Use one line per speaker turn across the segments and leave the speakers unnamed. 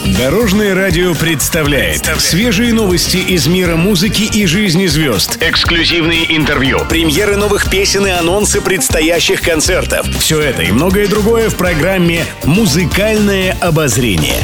Дорожное радио представляет свежие новости из мира музыки и жизни звезд. Эксклюзивные интервью, премьеры новых песен и анонсы предстоящих концертов. Все это и многое другое в программе «Музыкальное обозрение».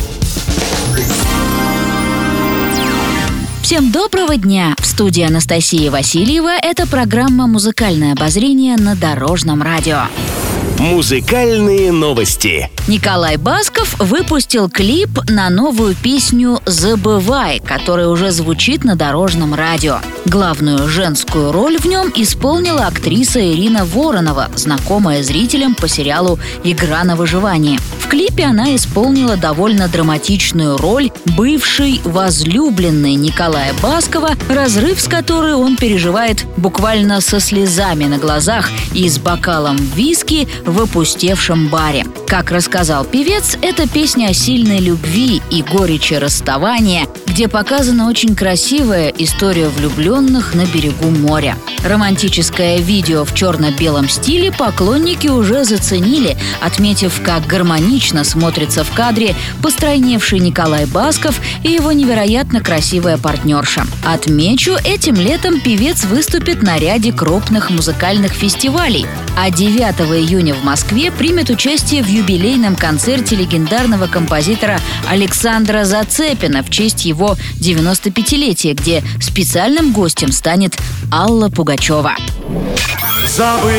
Всем доброго дня! В студии Анастасия Васильева. Это программа «Музыкальное обозрение» на Дорожном радио.
Музыкальные новости.
Николай Басков выпустил клип на новую песню «Забывай», которая уже звучит на Дорожном радио. Главную женскую роль в нем исполнила актриса Ирина Воронова, знакомая зрителям по сериалу «Игра на выживание». В клипе она исполнила довольно драматичную роль бывшей возлюбленной Николая Баскова, разрыв с которой он переживает буквально со слезами на глазах и с бокалом виски в опустевшем баре. Как рассказал певец, это песня о сильной любви и горечи расставания, где показана очень красивая история влюбленных на берегу моря. Романтическое видео в черно-белом стиле поклонники уже заценили, отметив, как гармонично смотрится в кадре постройневший Николай Басков и его невероятно красивая партнерша. Отмечу, этим летом певец выступит на ряде крупных музыкальных фестивалей, а 9 июня в Москве примет участие в юбилейном концерте легендарного композитора Александра Зацепина в честь его 95-летия, где специальным гостем станет Алла Пугачева.
Забывай,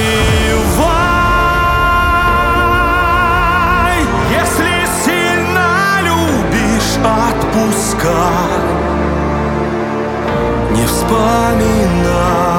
если сильно любишь, отпускай, не вспоминай.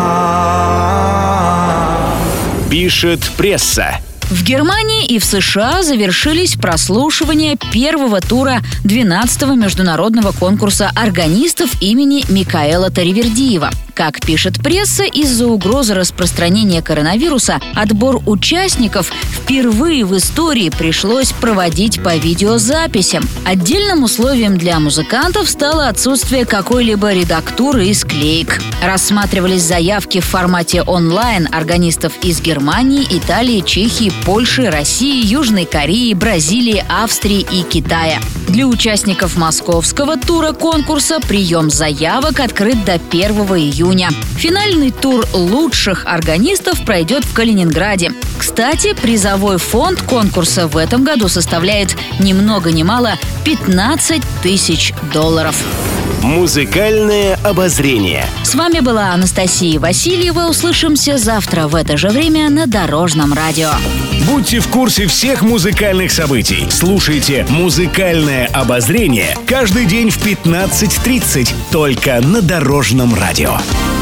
Пишет пресса.
В Германии и в США завершились прослушивания первого тура 12-го международного конкурса органистов имени Микаэла Таривердиева. Как пишет пресса, из-за угрозы распространения коронавируса отбор участников впервые в истории пришлось проводить по видеозаписям. Отдельным условием для музыкантов стало отсутствие какой-либо редактуры и склеек. Рассматривались заявки в формате онлайн органистов из Германии, Италии, Чехии, Польши, России, Южной Кореи, Бразилии, Австрии и Китая. Для участников московского тура конкурса прием заявок открыт до 1 июня. Финальный тур лучших органистов пройдет в Калининграде. Кстати, призовой фонд конкурса в этом году составляет ни много ни мало $15 000.
Музыкальное обозрение.
С вами была Анастасия Васильева. Услышимся завтра в это же время на Дорожном радио.
Будьте в курсе всех музыкальных событий. Слушайте «Музыкальное обозрение» каждый день в 15:30 только на Дорожном радио.